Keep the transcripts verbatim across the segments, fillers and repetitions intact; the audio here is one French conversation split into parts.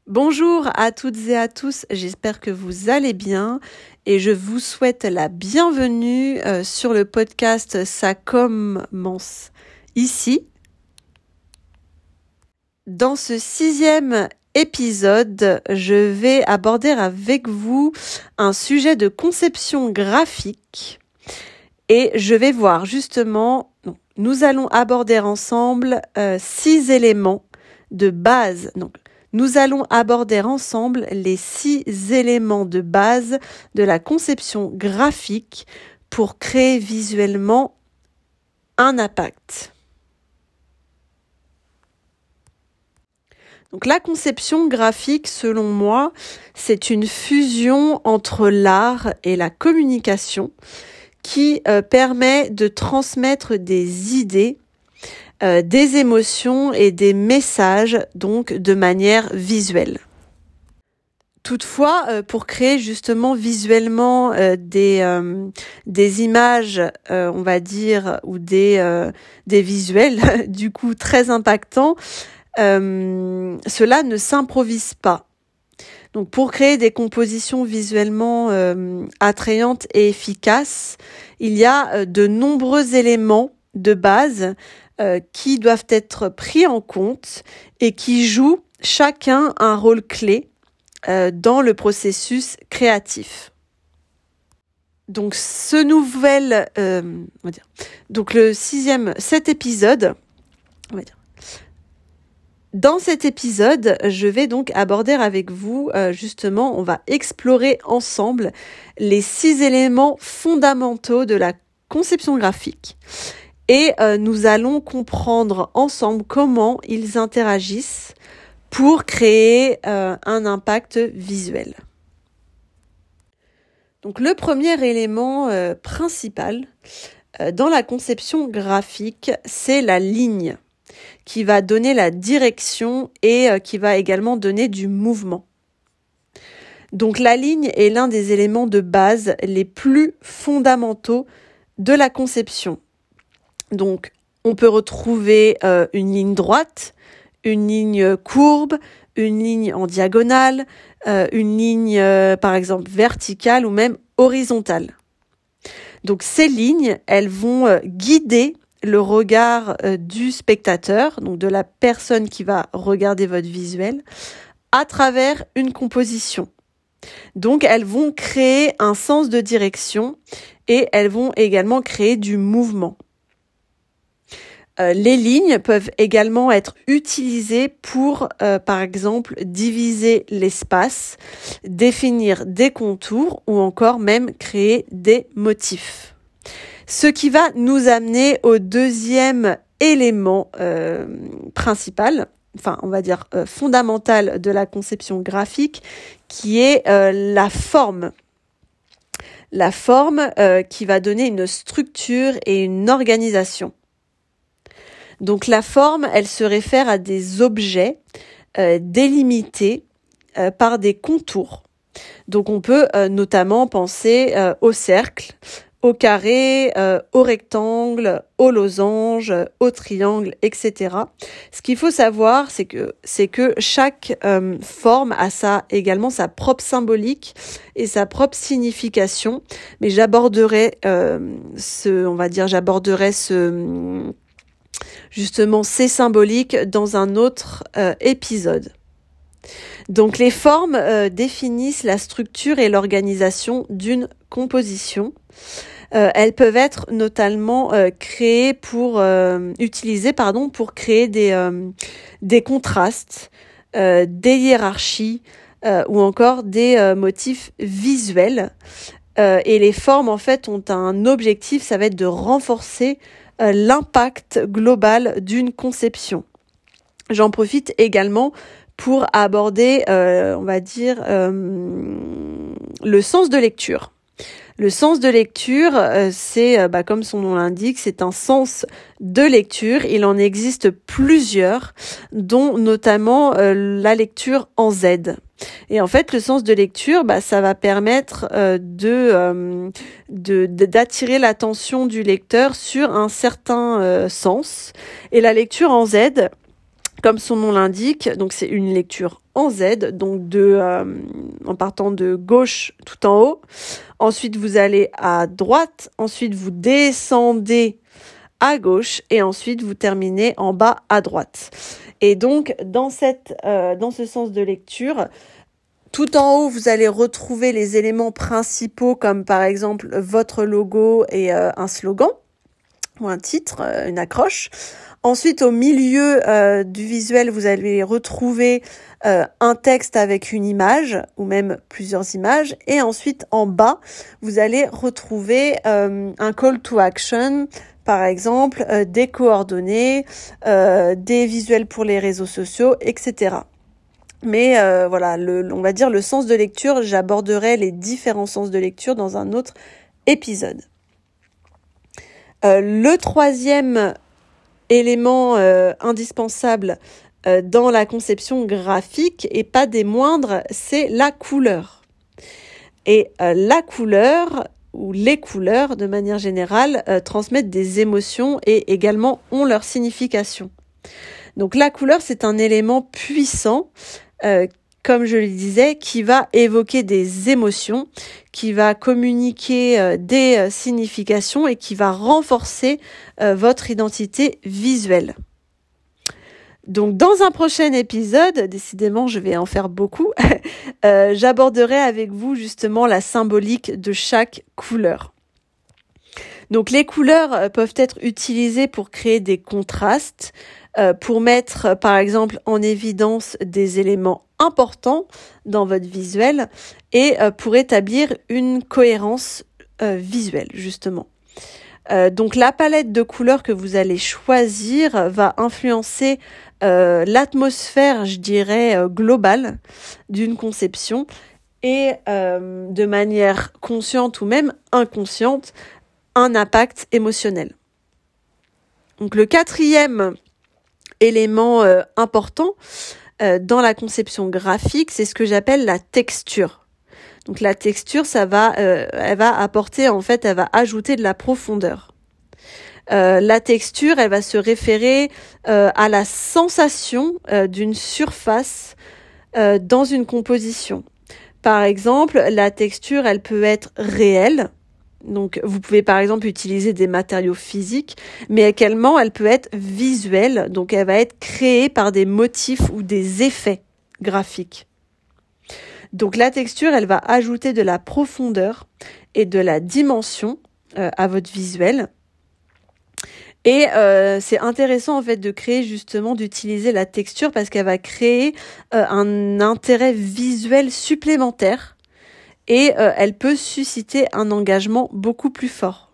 Bonjour à toutes et à tous, j'espère que vous allez bien et je vous souhaite la bienvenue euh, sur le podcast Ça commence ici. Dans ce sixième épisode, je vais aborder avec vous un sujet de conception graphique et je vais voir justement, non, nous allons aborder ensemble euh, six éléments de base. Donc, Nous allons aborder ensemble les six éléments de base de la conception graphique pour créer visuellement un impact. Donc la conception graphique, selon moi, c'est une fusion entre l'art et la communication qui euh, permet de transmettre des idées, Euh, des émotions et des messages, donc de manière visuelle. Toutefois, euh, pour créer justement visuellement euh, des, euh, des images, euh, on va dire, ou des, euh, des visuels, du coup très impactants, euh, cela ne s'improvise pas. Donc pour créer des compositions visuellement euh, attrayantes et efficaces, il y a euh, de nombreux éléments de base Euh, qui doivent être pris en compte et qui jouent chacun un rôle clé euh, dans le processus créatif. Donc ce nouvel, euh, on va dire, donc le sixième, cet épisode, on va dire. Dans cet épisode, je vais donc aborder avec vous, euh, justement, on va explorer ensemble les six éléments fondamentaux de la conception graphique. Et euh, nous allons comprendre ensemble comment ils interagissent pour créer euh, un impact visuel. Donc le premier élément euh, principal euh, dans la conception graphique, c'est la ligne qui va donner la direction et euh, qui va également donner du mouvement. Donc la ligne est l'un des éléments de base les plus fondamentaux de la conception. Donc, on peut retrouver euh, une ligne droite, une ligne courbe, une ligne en diagonale, euh, une ligne, euh, par exemple, verticale ou même horizontale. Donc, ces lignes, elles vont euh, guider le regard euh, du spectateur, donc de la personne qui va regarder votre visuel, à travers une composition. Donc, elles vont créer un sens de direction et elles vont également créer du mouvement. Euh, les lignes peuvent également être utilisées pour, euh, par exemple, diviser l'espace, définir des contours ou encore même créer des motifs. Ce qui va nous amener au deuxième élément euh, principal, enfin on va dire euh, fondamental de la conception graphique, qui est euh, la forme. La forme euh, qui va donner une structure et une organisation. Donc la forme, elle se réfère à des objets euh, délimités euh, par des contours. Donc on peut euh, notamment penser euh, au cercle, au carré, euh, au rectangle, au losange, au triangle, et cetera. Ce qu'il faut savoir, c'est que c'est que chaque euh, forme a sa également sa propre symbolique et sa propre signification. Mais j'aborderai euh, ce, on va dire, j'aborderai ce justement ces symboliques dans un autre euh, épisode. Donc les formes euh, définissent la structure et l'organisation d'une composition. Euh, elles peuvent être notamment euh, créées pour euh, utilisées pardon pour créer des euh, des contrastes, euh, des hiérarchies euh, ou encore des euh, motifs visuels. Euh, et les formes en fait ont un objectif, ça va être de renforcer Euh, l'impact global d'une conception. J'en profite également pour aborder, euh, on va dire, euh, le sens de lecture. Le sens de lecture, euh, c'est, euh, bah, comme son nom l'indique, c'est un sens de lecture. Il en existe plusieurs, dont notamment euh, la lecture en Z. Et en fait, le sens de lecture, bah, ça va permettre euh, de, euh, de, de d'attirer l'attention du lecteur sur un certain euh, sens. Et la lecture en Z, comme son nom l'indique, donc c'est une lecture en Z, donc de, euh, en partant de gauche tout en haut. Ensuite, vous allez à droite. Ensuite, vous descendez à gauche. Et ensuite, vous terminez en bas à droite. Et donc, dans cette, euh, dans ce sens de lecture, tout en haut, vous allez retrouver les éléments principaux, comme par exemple votre logo et euh, un slogan, ou un titre, euh, une accroche. Ensuite, au milieu euh, du visuel, vous allez retrouver euh, un texte avec une image ou même plusieurs images. Et ensuite, en bas, vous allez retrouver euh, un call to action, par exemple, euh, des coordonnées, euh, des visuels pour les réseaux sociaux, et cetera. Mais euh, voilà, le, on va dire le sens de lecture, j'aborderai les différents sens de lecture dans un autre épisode. Euh, le troisième élément euh, indispensable euh, dans la conception graphique, et pas des moindres, c'est la couleur. Et euh, la couleur, ou les couleurs de manière générale, euh, transmettent des émotions et également ont leur signification. Donc la couleur, c'est un élément puissant, euh, comme je le disais, qui va évoquer des émotions, qui va communiquer euh, des euh, significations et qui va renforcer euh, votre identité visuelle. Donc dans un prochain épisode, décidément je vais en faire beaucoup, euh, j'aborderai avec vous justement la symbolique de chaque couleur. Donc les couleurs euh, peuvent être utilisées pour créer des contrastes, euh, pour mettre euh, par exemple en évidence des éléments importants dans votre visuel et euh, pour établir une cohérence euh, visuelle justement. Euh, donc la palette de couleurs que vous allez choisir va influencer euh, l'atmosphère, je dirais, euh, globale d'une conception et euh, de manière consciente ou même inconsciente, un impact émotionnel. Donc le quatrième élément euh, important euh, dans la conception graphique, c'est ce que j'appelle la texture. Donc la texture, ça va, euh, elle va apporter, en fait, elle va ajouter de la profondeur. Euh, la texture, elle va se référer euh, à la sensation euh, d'une surface euh, dans une composition. Par exemple, la texture, elle peut être réelle. Donc, vous pouvez par exemple utiliser des matériaux physiques, mais également, elle peut être visuelle. Donc, elle va être créée par des motifs ou des effets graphiques. Donc, la texture, elle va ajouter de la profondeur et de la dimension euh, à votre visuel. Et euh, c'est intéressant en fait de créer justement, d'utiliser la texture parce qu'elle va créer euh, un intérêt visuel supplémentaire et euh, elle peut susciter un engagement beaucoup plus fort.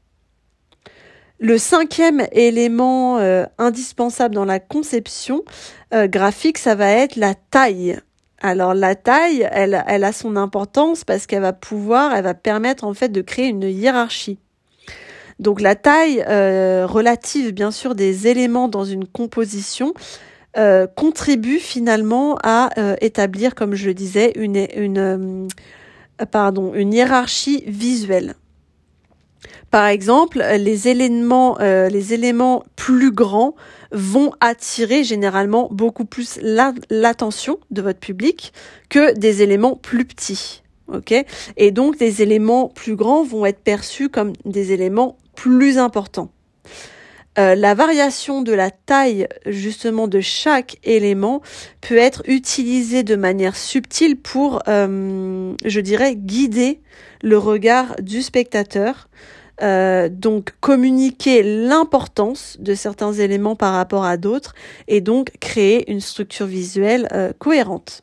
Le cinquième élément euh, indispensable dans la conception euh, graphique, ça va être la taille. Alors la taille, elle, elle a son importance parce qu'elle va pouvoir, elle va permettre en fait de créer une hiérarchie. Donc la taille euh, relative, bien sûr, des éléments dans une composition euh, contribue finalement à euh, établir, comme je le disais, une, une, euh, pardon, une hiérarchie visuelle. Par exemple, les éléments, euh, les éléments plus grands vont attirer généralement beaucoup plus la, l'attention de votre public que des éléments plus petits. Okay ? Et donc, des éléments plus grands vont être perçus comme des éléments plus importants. Euh, la variation de la taille, justement, de chaque élément peut être utilisée de manière subtile pour, euh, je dirais, guider le regard du spectateur. Euh, donc, communiquer l'importance de certains éléments par rapport à d'autres et donc créer une structure visuelle euh, cohérente.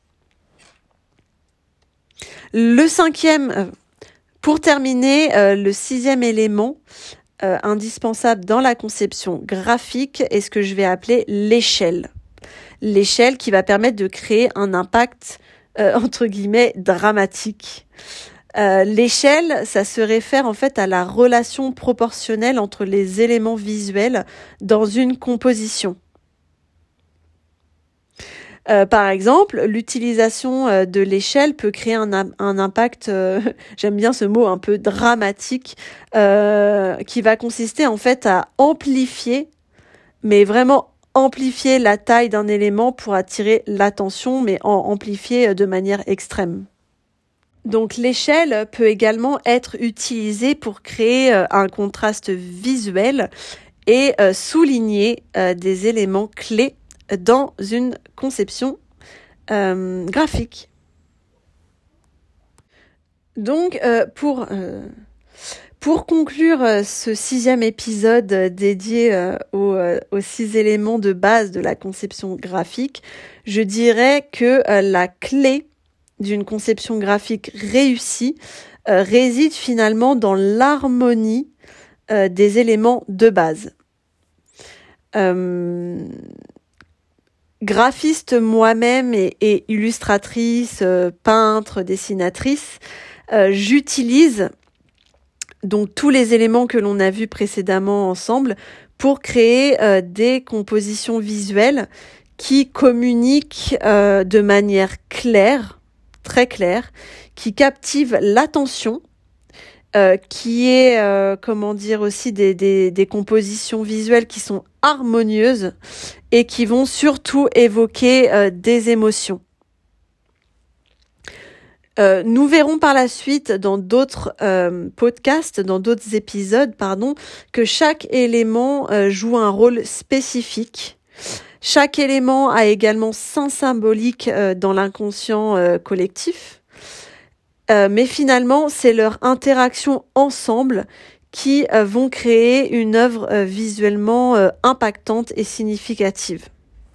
Le cinquième, pour terminer, euh, le sixième élément euh, indispensable dans la conception graphique est ce que je vais appeler l'échelle. L'échelle qui va permettre de créer un impact, euh, entre guillemets, dramatique. Euh, l'échelle, ça se réfère en fait à la relation proportionnelle entre les éléments visuels dans une composition. Euh, par exemple, l'utilisation euh, de l'échelle peut créer un, un impact, euh, j'aime bien ce mot un peu dramatique, euh, qui va consister en fait à amplifier, mais vraiment amplifier la taille d'un élément pour attirer l'attention, mais en amplifier de manière extrême. Donc l'échelle peut également être utilisée pour créer un contraste visuel et souligner des éléments clés dans une conception euh, graphique. Donc euh, pour euh, pour conclure euh, ce sixième épisode euh, dédié euh, aux, euh, aux six éléments de base de la conception graphique, je dirais que euh, la clé d'une conception graphique réussie euh, réside finalement dans l'harmonie euh, des éléments de base. Euh, graphiste moi-même et, et illustratrice, euh, peintre, dessinatrice, euh, j'utilise donc tous les éléments que l'on a vus précédemment ensemble pour créer euh, des compositions visuelles qui communiquent euh, de manière claire, très claire, qui captivent l'attention, euh, qui est, euh, comment dire aussi, des, des, des compositions visuelles qui sont harmonieuses et qui vont surtout évoquer euh, des émotions. Euh, nous verrons par la suite dans d'autres euh, podcasts, dans d'autres épisodes, pardon, que chaque élément euh, joue un rôle spécifique. Chaque élément a également sens symbolique euh, dans l'inconscient euh, collectif. Euh, mais finalement, c'est leur interaction ensemble qui euh, vont créer une œuvre euh, visuellement euh, impactante et significative.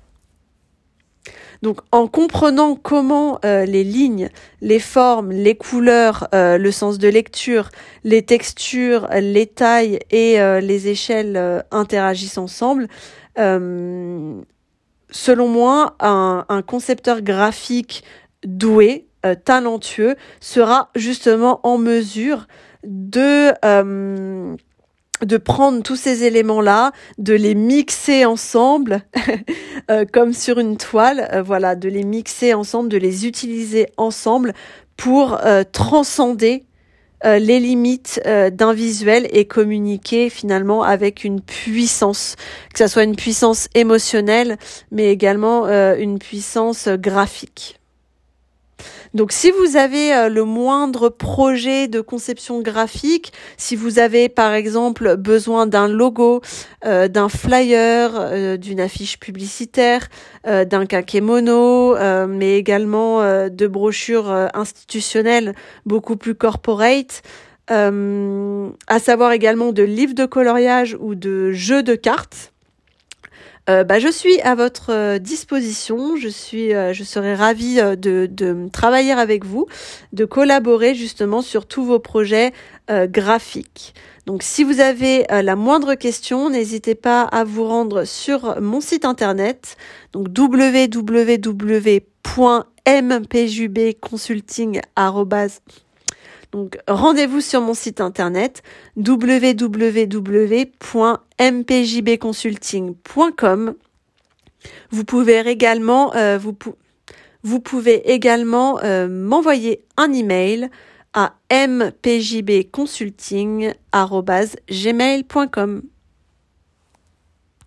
Donc, en comprenant comment euh, les lignes, les formes, les couleurs, euh, le sens de lecture, les textures, les tailles et euh, les échelles euh, interagissent ensemble, euh, selon moi, un, un concepteur graphique doué, euh, talentueux, sera justement en mesure de... Euh, de prendre tous ces éléments-là, de les mixer ensemble, euh, comme sur une toile, euh, voilà, de les mixer ensemble, de les utiliser ensemble pour euh, transcender euh, les limites euh, d'un visuel et communiquer finalement avec une puissance, que ça soit une puissance émotionnelle, mais également euh, une puissance graphique. Donc si vous avez euh, le moindre projet de conception graphique, si vous avez par exemple besoin d'un logo, euh, d'un flyer, euh, d'une affiche publicitaire, euh, d'un kakémono, euh, mais également euh, de brochures euh, institutionnelles beaucoup plus corporate, euh, à savoir également de livres de coloriage ou de jeux de cartes, Euh, bah, je suis à votre euh, disposition. Je suis, euh, je serai ravie euh, de, de travailler avec vous, de collaborer justement sur tous vos projets euh, graphiques. Donc, si vous avez euh, la moindre question, n'hésitez pas à vous rendre sur mon site internet, donc w w w point m p j b consulting arobase Donc, rendez-vous sur mon site internet w w w point m p j b consulting point com. Vous pouvez également, euh, vous, pou- vous pouvez également euh, m'envoyer un email à m p j b consulting arobase gmail point com.